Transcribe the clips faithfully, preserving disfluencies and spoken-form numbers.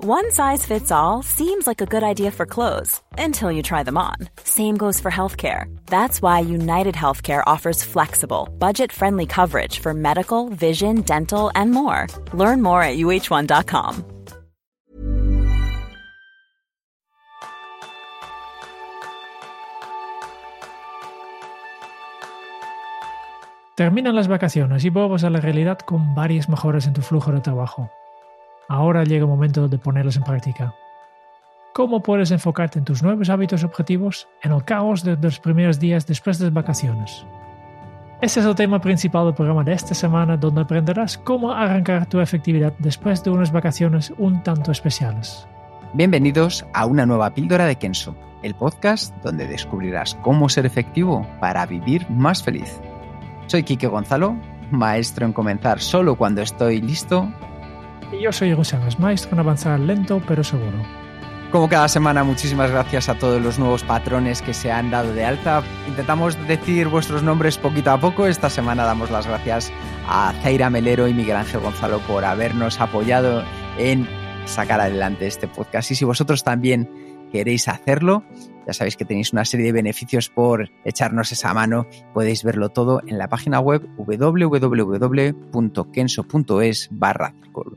One size fits all seems like a good idea for clothes until you try them on. Same goes for healthcare. That's why United Healthcare offers flexible, budget-friendly coverage for medical, vision, dental, and more. Learn more at U H one dot com. Terminan las vacaciones y vuelves a la realidad con varias mejoras en tu flujo de trabajo. Ahora llega el momento de ponerlos en práctica. ¿Cómo puedes enfocarte en tus nuevos hábitos objetivos en el caos de los primeros días después de las vacaciones? Ese es el tema principal del programa de esta semana, donde aprenderás cómo arrancar tu efectividad después de unas vacaciones un tanto especiales. Bienvenidos a una nueva píldora de Kenso, el podcast donde descubrirás cómo ser efectivo para vivir más feliz. Soy Quique Gonzalo, maestro en comenzar solo cuando estoy listo. Y yo soy Gusanas, maestro en avanzar lento pero seguro. Como cada semana, muchísimas gracias a todos los nuevos patrones que se han dado de alta. Intentamos decir vuestros nombres poquito a poco. Esta semana damos las gracias a Zaira Melero y Miguel Ángel Gonzalo por habernos apoyado en sacar adelante este podcast. Y si vosotros también queréis hacerlo, ya sabéis que tenéis una serie de beneficios por echarnos esa mano. Podéis verlo todo en la página web doble u doble u doble u punto kenso punto es barra círculo.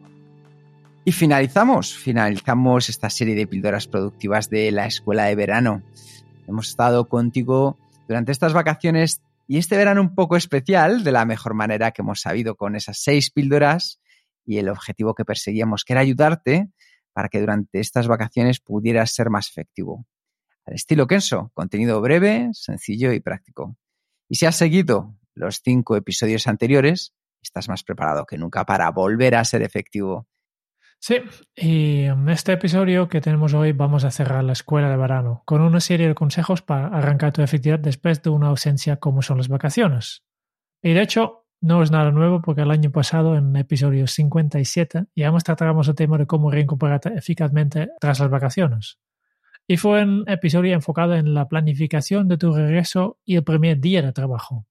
Y finalizamos, finalizamos esta serie de píldoras productivas de la escuela de verano. Hemos estado contigo durante estas vacaciones y este verano un poco especial, de la mejor manera que hemos sabido, con esas seis píldoras y el objetivo que perseguíamos, que era ayudarte para que durante estas vacaciones pudieras ser más efectivo. Al estilo Kenso, contenido breve, sencillo y práctico. Y si has seguido los cinco episodios anteriores, estás más preparado que nunca para volver a ser efectivo. Sí, y en este episodio que tenemos hoy vamos a cerrar la escuela de verano con una serie de consejos para arrancar tu efectividad después de una ausencia como son las vacaciones. Y de hecho, no es nada nuevo porque el año pasado, en el episodio cincuenta y siete, ya hemos tratado el tema de cómo reincorporarte eficazmente tras las vacaciones. Y fue un episodio enfocado en la planificación de tu regreso y el primer día de trabajo.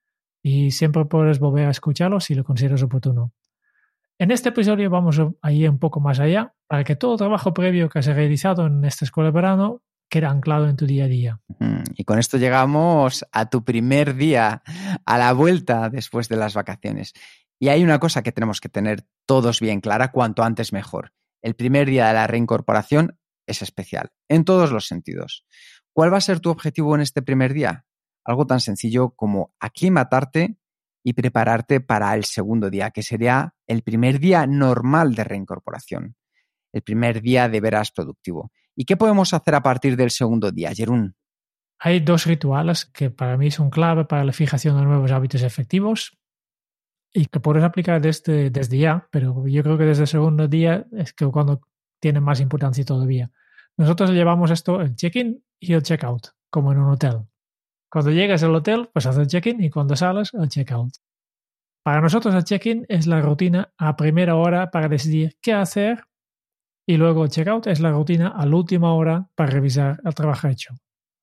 Y siempre puedes volver a escucharlo si lo consideras oportuno. En este episodio vamos a ir un poco más allá para que todo el trabajo previo que has realizado en esta escuela de verano quede anclado en tu día a día. Y con esto llegamos a tu primer día, a la vuelta después de las vacaciones. Y hay una cosa que tenemos que tener todos bien clara, cuanto antes mejor. El primer día de la reincorporación es especial, en todos los sentidos. ¿Cuál va a ser tu objetivo en este primer día? Algo tan sencillo como aclimatarte y prepararte para el segundo día, que sería el primer día normal de reincorporación, el primer día de veras productivo. ¿Y qué podemos hacer a partir del segundo día, Jerún? Hay dos rituales que para mí son clave para la fijación de nuevos hábitos efectivos y que puedes aplicar desde, desde ya, pero yo creo que desde el segundo día es que cuando tiene más importancia todavía. Nosotros llevamos esto el check-in y el check-out, como en un hotel. Cuando llegas al hotel, pues haces el check-in y cuando sales, el check-out. Para nosotros el check-in es la rutina a primera hora para decidir qué hacer y luego el check-out es la rutina a la última hora para revisar el trabajo hecho.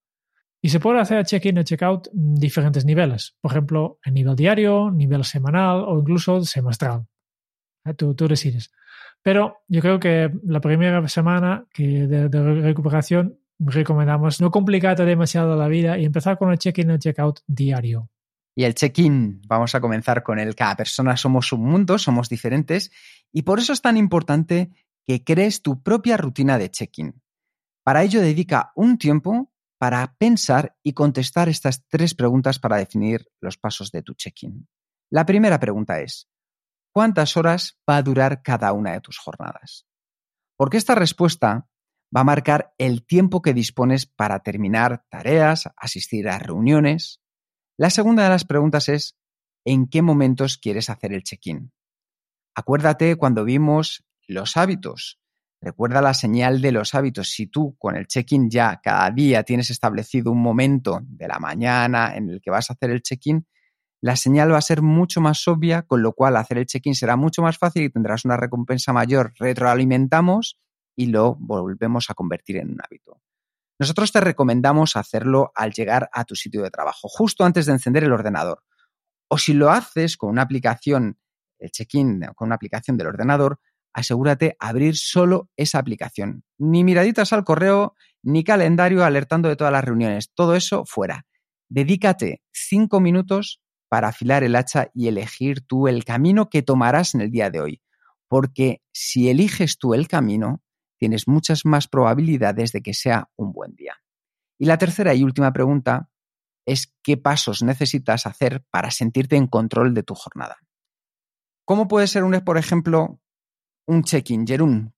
Y se puede hacer el check-in y el check-out en diferentes niveles. Por ejemplo, a nivel diario, nivel semanal o incluso semestral. Tú, tú decides. Pero yo creo que la primera semana que de, de recuperación recomendamos no complicarte demasiado la vida y empezar con el check-in y el check-out diario. Y el check-in, vamos a comenzar con el cada persona somos un mundo, somos diferentes y por eso es tan importante que crees tu propia rutina de check-in. Para ello dedica un tiempo para pensar y contestar estas tres preguntas para definir los pasos de tu check-in. La primera pregunta es: ¿cuántas horas va a durar cada una de tus jornadas? Porque esta respuesta va a marcar el tiempo que dispones para terminar tareas, asistir a reuniones. La segunda de las preguntas es: ¿en qué momentos quieres hacer el check-in? Acuérdate cuando vimos los hábitos. Recuerda la señal de los hábitos. Si tú con el check-in ya cada día tienes establecido un momento de la mañana en el que vas a hacer el check-in, la señal va a ser mucho más obvia, con lo cual hacer el check-in será mucho más fácil y tendrás una recompensa mayor. Retroalimentamos y lo volvemos a convertir en un hábito. Nosotros te recomendamos hacerlo al llegar a tu sitio de trabajo, justo antes de encender el ordenador. O si lo haces con una aplicación, el check-in con una aplicación del ordenador, asegúrate abrir solo esa aplicación. Ni miraditas al correo, ni calendario alertando de todas las reuniones. Todo eso fuera. Dedícate cinco minutos para afilar el hacha y elegir tú el camino que tomarás en el día de hoy. Porque si eliges tú el camino, tienes muchas más probabilidades de que sea un buen día. Y la tercera y última pregunta es ¿qué pasos necesitas hacer para sentirte en control de tu jornada? ¿Cómo puede ser, un, por ejemplo, un check-in, Jeroen?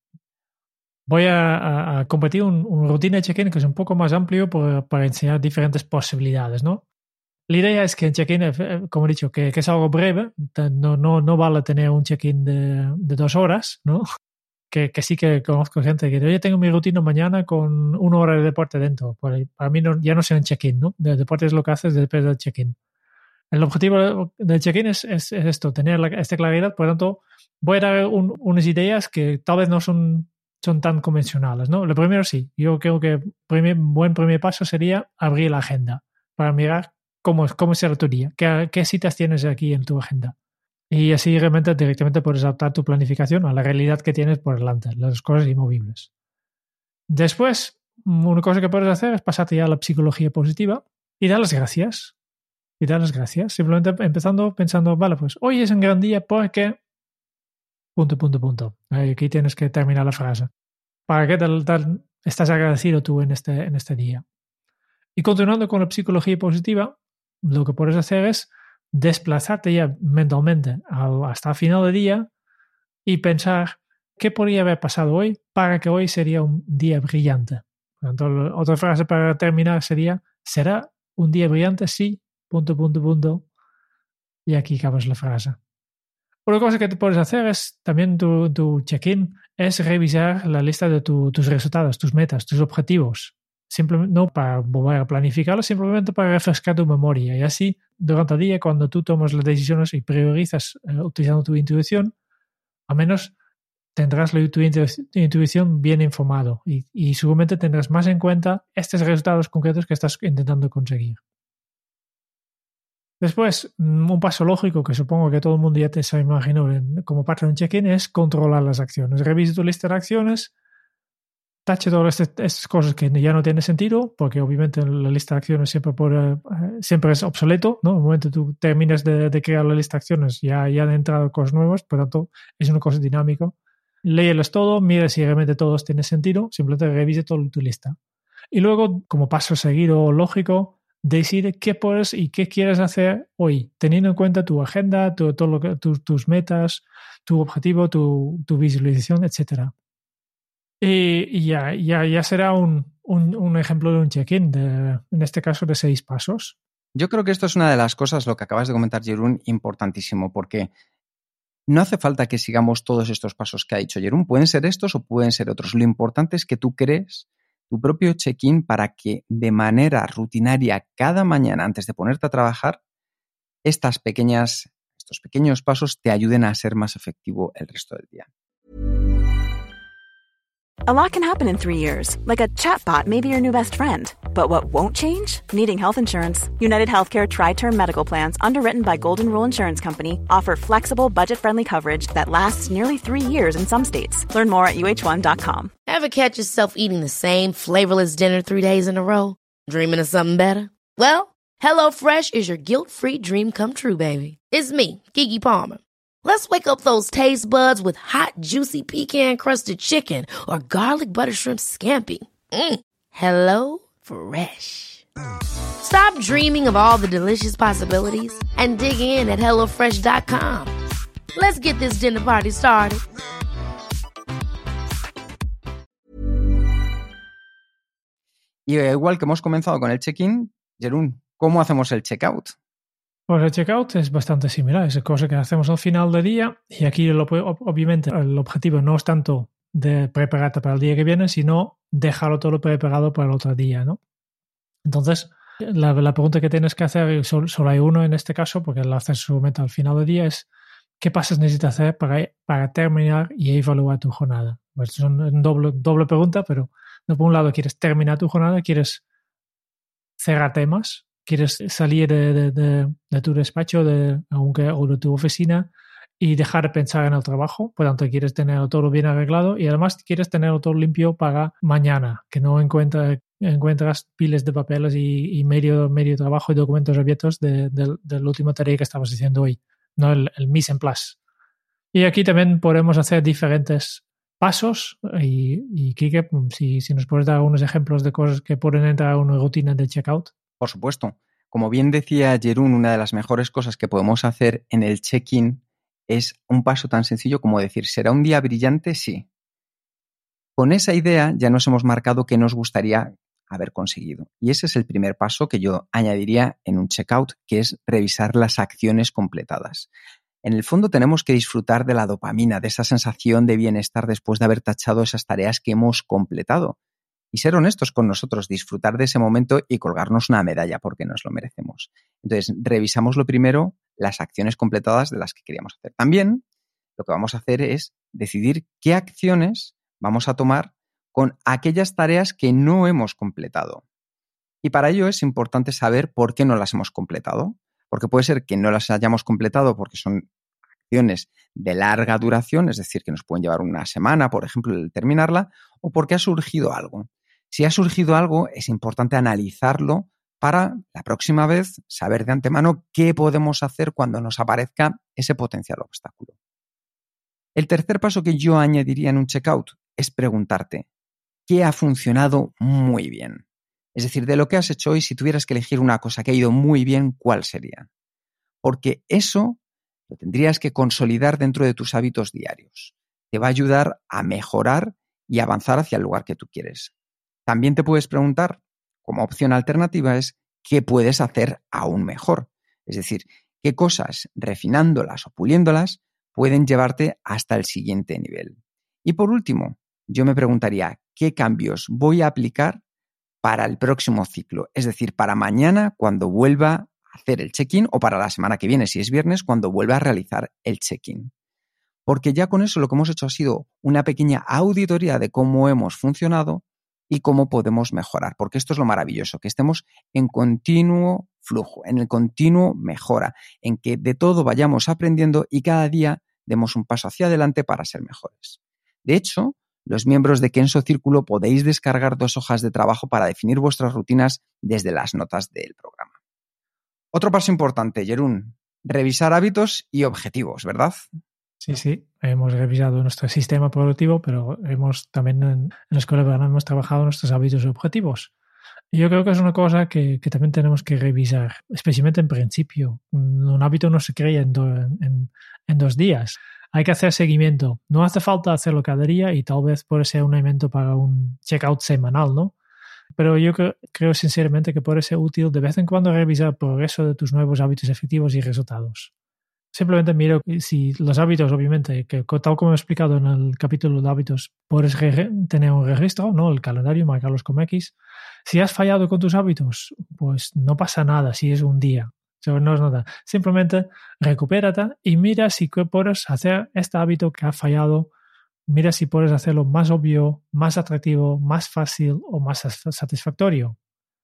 Voy a, a, a compartir un, un rutina de check-in que es un poco más amplio por, para enseñar diferentes posibilidades, ¿no? La idea es que en check-in, como he dicho, que, que es algo breve, no, no, no vale tener un check-in de, de dos horas, ¿no? Que, que sí que conozco gente que dice, oye, tengo mi rutina mañana con una hora de deporte dentro. Para mí no, ya no sea un check-in, ¿no? El deporte es lo que haces después del check-in. El objetivo del check-in es, es, es esto, tener la, esta claridad. Por lo tanto, voy a dar un, unas ideas que tal vez no son, son tan convencionales, ¿no? Lo primero sí, yo creo que primer, buen primer paso sería abrir la agenda para mirar cómo, cómo será tu día, qué, qué citas tienes aquí en tu agenda. Y así realmente directamente puedes adaptar tu planificación a la realidad que tienes por delante, las cosas inmovibles. Después, una cosa que puedes hacer es pasarte ya a la psicología positiva y dar las gracias. Y dar las gracias. Simplemente empezando pensando, vale, pues hoy es un gran día porque... Punto, punto, punto. Aquí tienes que terminar la frase. ¿Para qué tal, tal estás agradecido tú en este, en este día? Y continuando con la psicología positiva, lo que puedes hacer es desplazarte ya mentalmente hasta el final del día y pensar qué podría haber pasado hoy para que hoy sería un día brillante. Por tanto, otra frase para terminar sería, ¿será un día brillante? Sí, punto, punto, punto. Y aquí acabas la frase. Otra cosa que te puedes hacer es, también tu, tu check-in, es revisar la lista de tu, tus resultados, tus metas, tus objetivos. Simplemente, no para volver a planificarlo, simplemente para refrescar tu memoria. Y así, durante el día, cuando tú tomas las decisiones y priorizas eh, utilizando tu intuición, al menos tendrás la, tu, intu- tu intuición bien informado y, y seguramente tendrás más en cuenta estos resultados concretos que estás intentando conseguir. Después, un paso lógico que supongo que todo el mundo ya te se imaginó como parte de un check-in es controlar las acciones. Revisa tu lista de acciones, tache todas estas cosas que ya no tienen sentido, porque obviamente la lista de acciones siempre, por, uh, siempre es obsoleto, ¿no? En el momento que tú terminas de, de crear la lista de acciones ya, ya han entrado cosas nuevas, por lo tanto es una cosa dinámica. Léelos todo, mira si realmente todos tienen sentido, simplemente revise toda tu lista. Y luego, como paso seguido lógico, decide qué puedes y qué quieres hacer hoy, teniendo en cuenta tu agenda, tu, todo lo que, tu, tus metas, tu objetivo, tu, tu visualización, etcétera. Y, y ya, ya, ya será un, un, un ejemplo de un check-in, de, en este caso de seis pasos. Yo creo que esto es una de las cosas, lo que acabas de comentar, Jeroen, importantísimo, porque no hace falta que sigamos todos estos pasos que ha dicho Jeroen. Pueden ser estos o pueden ser otros. Lo importante es que tú crees tu propio check-in para que de manera rutinaria cada mañana antes de ponerte a trabajar, estas pequeñas, estos pequeños pasos te ayuden a ser más efectivo el resto del día. A lot can happen in three years, like a chatbot may be your new best friend. But what won't change? Needing health insurance. United Healthcare Tri-Term Medical Plans, underwritten by Golden Rule Insurance Company, offer flexible, budget-friendly coverage that lasts nearly three years in some states. Learn more at U H one dot com. Ever catch yourself eating the same flavorless dinner three days in a row? Dreaming of something better? Well, HelloFresh is your guilt-free dream come true, baby. It's me, Keke Palmer. Let's wake up those taste buds with hot, juicy pecan-crusted chicken or garlic butter shrimp scampi. Mm. Hello Fresh. Stop dreaming of all the delicious possibilities and dig in at hello fresh dot com. Let's get this dinner party started. Y igual que hemos comenzado con el check-in, Jeroen, ¿cómo hacemos el check-out? Pues el checkout es bastante similar, es cosa que hacemos al final del día y aquí lo, obviamente el objetivo no es tanto de prepararte para el día que viene, sino dejarlo todo preparado para el otro día, ¿no? Entonces, la, la pregunta que tienes que hacer, solo, solo hay uno en este caso, porque lo haces solamente al final del día, es ¿qué pasos necesitas hacer para, para terminar y evaluar tu jornada? Pues es una doble, doble pregunta, pero por un lado quieres terminar tu jornada, quieres cerrar temas, quieres salir de, de, de, de tu despacho de, aunque, o de tu oficina y dejar de pensar en el trabajo. Por tanto, quieres tenerlo todo bien arreglado y además quieres tenerlo todo limpio para mañana, que no encuentra, encuentras piles de papeles y, y medio, medio trabajo y documentos abiertos de, de, de la última tarea que estabas haciendo hoy, no el, el mise en place. Y aquí también podemos hacer diferentes pasos y, y Quique, si, si nos puedes dar algunos ejemplos de cosas que pueden entrar a una rutina de checkout. Por supuesto. Como bien decía Jeroen, una de las mejores cosas que podemos hacer en el check-in es un paso tan sencillo como decir, ¿será un día brillante? Sí. Con esa idea ya nos hemos marcado qué nos gustaría haber conseguido. Y ese es el primer paso que yo añadiría en un checkout, que es revisar las acciones completadas. En el fondo tenemos que disfrutar de la dopamina, de esa sensación de bienestar después de haber tachado esas tareas que hemos completado. Y ser honestos con nosotros, disfrutar de ese momento y colgarnos una medalla porque nos lo merecemos. Entonces, revisamos lo primero, las acciones completadas de las que queríamos hacer. También lo que vamos a hacer es decidir qué acciones vamos a tomar con aquellas tareas que no hemos completado. Y para ello es importante saber por qué no las hemos completado. Porque puede ser que no las hayamos completado porque son acciones de larga duración, es decir, que nos pueden llevar una semana, por ejemplo, el terminarla, o porque ha surgido algo. Si ha surgido algo, es importante analizarlo para la próxima vez saber de antemano qué podemos hacer cuando nos aparezca ese potencial obstáculo. El tercer paso que yo añadiría en un checkout es preguntarte, ¿qué ha funcionado muy bien? Es decir, de lo que has hecho hoy, si tuvieras que elegir una cosa que ha ido muy bien, ¿cuál sería? Porque eso lo tendrías que consolidar dentro de tus hábitos diarios. Te va a ayudar a mejorar y avanzar hacia el lugar que tú quieres. También te puedes preguntar, como opción alternativa, es ¿qué puedes hacer aún mejor? Es decir, ¿qué cosas, refinándolas o puliéndolas, pueden llevarte hasta el siguiente nivel? Y por último, yo me preguntaría, ¿qué cambios voy a aplicar para el próximo ciclo? Es decir, para mañana cuando vuelva a hacer el check-in o para la semana que viene, si es viernes, cuando vuelva a realizar el check-in. Porque ya con eso lo que hemos hecho ha sido una pequeña auditoría de cómo hemos funcionado y cómo podemos mejorar. Porque esto es lo maravilloso, que estemos en continuo flujo, en el continuo mejora, en que de todo vayamos aprendiendo y cada día demos un paso hacia adelante para ser mejores. De hecho, los miembros de Kenso Círculo podéis descargar dos hojas de trabajo para definir vuestras rutinas desde las notas del programa. Otro paso importante, Jeroen, revisar hábitos y objetivos, ¿verdad? Sí, sí, hemos revisado nuestro sistema productivo, pero hemos también en, en la Escuela de Verano hemos trabajado nuestros hábitos y objetivos. Y yo creo que es una cosa que, que también tenemos que revisar, especialmente en principio. Un hábito no se crea en, do, en, en dos días. Hay que hacer seguimiento. No hace falta hacerlo cada día y tal vez puede ser un elemento para un checkout semanal, ¿no? Pero yo creo, creo sinceramente que puede ser útil de vez en cuando revisar el progreso de tus nuevos hábitos efectivos y resultados. Simplemente miro si los hábitos, obviamente, que tal como he explicado en el capítulo de hábitos, puedes tener un registro, ¿no? El calendario, marcarlos como X. Si has fallado con tus hábitos, pues no pasa nada si es un día. No es nada. Simplemente recupérate y mira si puedes hacer este hábito que ha fallado. Mira si puedes hacerlo más obvio, más atractivo, más fácil o más satisfactorio.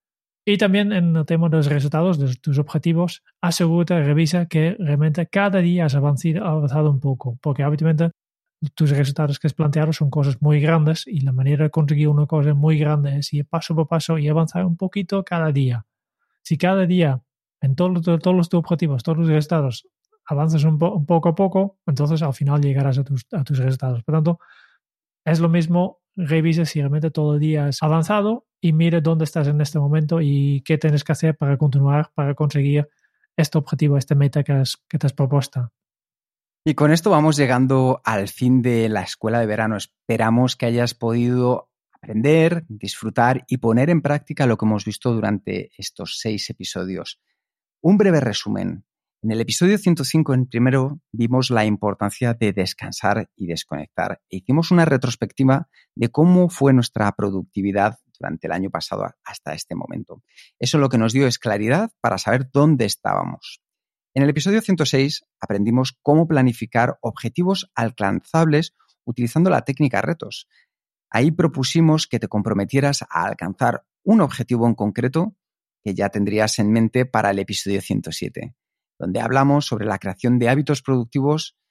Y también en el tema de los resultados, de tus objetivos, asegúrate, revisa que realmente cada día has avanzado un poco, porque habitualmente tus resultados que has planteado son cosas muy grandes y la manera de conseguir una cosa muy grande es ir paso por paso y avanzar un poquito cada día. Si cada día en todos, todos los tus objetivos, todos los resultados, avanzas un, po- un poco a poco, entonces al final llegarás a tus, a tus resultados. Por tanto, es lo mismo, revisa si realmente todo el día has avanzado y mire dónde estás en este momento y qué tienes que hacer para continuar, para conseguir este objetivo, esta meta que, has, que te has propuesto. Y con esto vamos llegando al fin de la escuela de verano. Esperamos que hayas podido aprender, disfrutar y poner en práctica lo que hemos visto durante estos seis episodios. Un breve resumen. En el episodio ciento cinco, en primero, vimos la importancia de descansar y desconectar. E hicimos una retrospectiva de cómo fue nuestra productividad durante el año pasado hasta este momento. Eso lo que nos dio es claridad para saber dónde estábamos. En el episodio ciento seis aprendimos cómo planificar objetivos alcanzables utilizando la técnica retos. Ahí propusimos que te comprometieras a alcanzar un objetivo en concreto que ya tendrías en mente para el episodio ciento siete, donde hablamos sobre la creación de hábitos productivos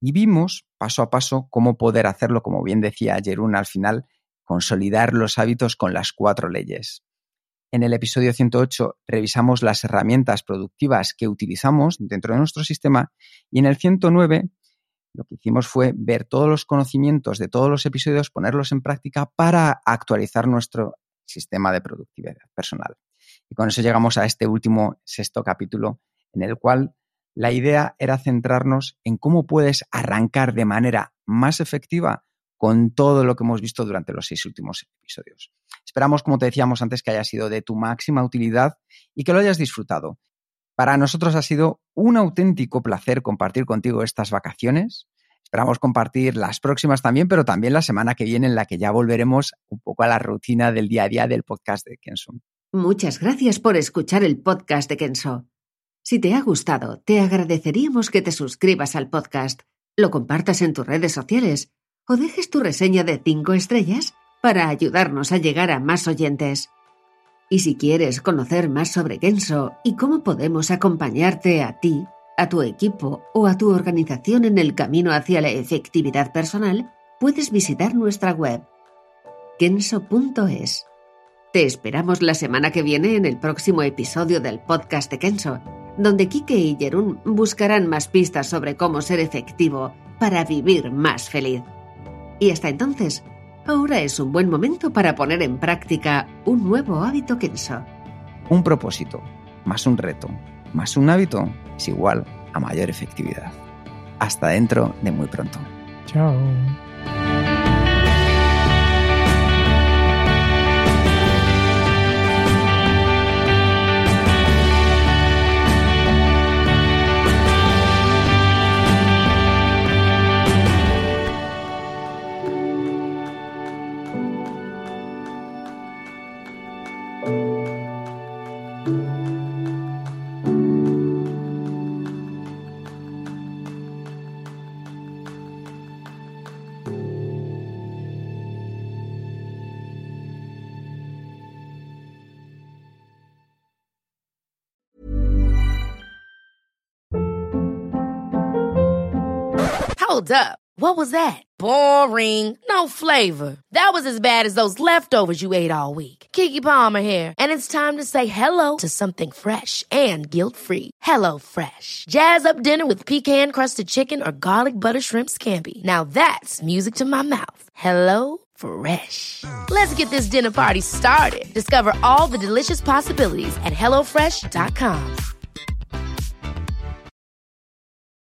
y vimos paso a paso cómo poder hacerlo, como bien decía Jeroen al final, consolidar los hábitos con las cuatro leyes. En el episodio ciento ocho revisamos las herramientas productivas que utilizamos dentro de nuestro sistema y en el ciento nueve lo que hicimos fue ver todos los conocimientos de todos los episodios, ponerlos en práctica para actualizar nuestro sistema de productividad personal. Y con eso llegamos a este último sexto capítulo en el cual la idea era centrarnos en cómo puedes arrancar de manera más efectiva con todo lo que hemos visto durante los seis últimos episodios. Esperamos, como te decíamos antes, que haya sido de tu máxima utilidad y que lo hayas disfrutado. Para nosotros ha sido un auténtico placer compartir contigo estas vacaciones. Esperamos compartir las próximas también, pero también la semana que viene en la que ya volveremos un poco a la rutina del día a día del podcast de Kenso. Muchas gracias por escuchar el podcast de Kenso. Si te ha gustado, te agradeceríamos que te suscribas al podcast, lo compartas en tus redes sociales o dejes tu reseña de cinco estrellas para ayudarnos a llegar a más oyentes. Y si quieres conocer más sobre Kenso y cómo podemos acompañarte a ti, a tu equipo o a tu organización en el camino hacia la efectividad personal, puedes visitar nuestra web kenso punto es. Te esperamos la semana que viene en el próximo episodio del podcast de Kenso, donde Kike y Jeroen buscarán más pistas sobre cómo ser efectivo para vivir más feliz. Y hasta entonces, ahora es un buen momento para poner en práctica un nuevo hábito Kenso. Un propósito, más un reto, más un hábito es igual a mayor efectividad. Hasta dentro de muy pronto. Chao. Hold up. What was that? Boring. No flavor. That was as bad as those leftovers you ate all week. Keke Palmer here. And it's time to say hello to something fresh and guilt-free. Hello Fresh. Jazz up dinner with pecan-crusted chicken or garlic butter shrimp scampi. Now that's music to my mouth. Hello Fresh. Let's get this dinner party started. Discover all the delicious possibilities at hello fresh dot com.